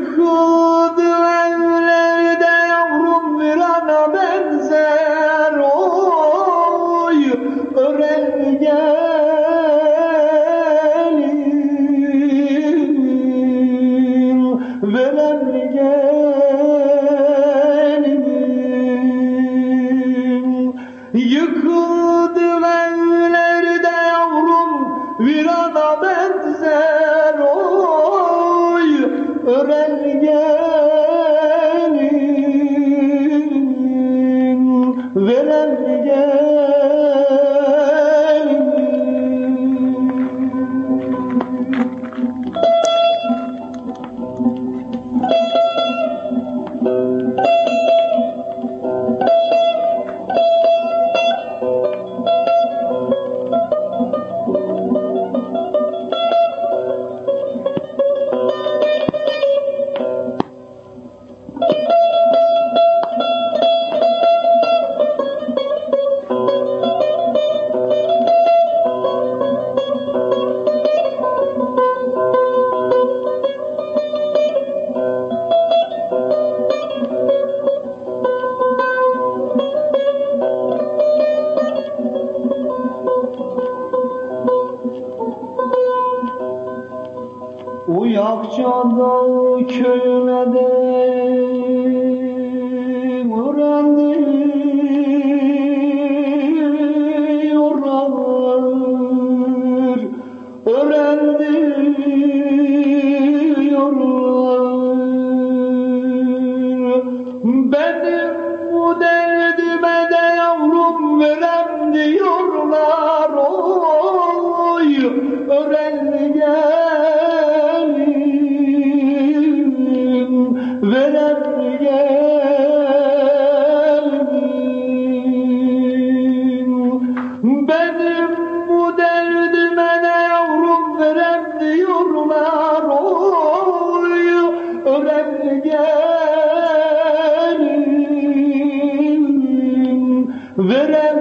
Yıkıldı evlerde yavrum bir ana benzer, oy ören gelin, veren gelin. Yıkıldı evlerde yavrum bir ana benzer, oy ören gelin, veren gelin. Uyakça'da köyüne de öğrendiyorlar, öğrendiyorlar. Benim bu derdime de yavrum verem diyorlar, oy öğren gelin, veren gelin. Benim bu derdime de yavrum verem diyorlar, oy ören gelin, veren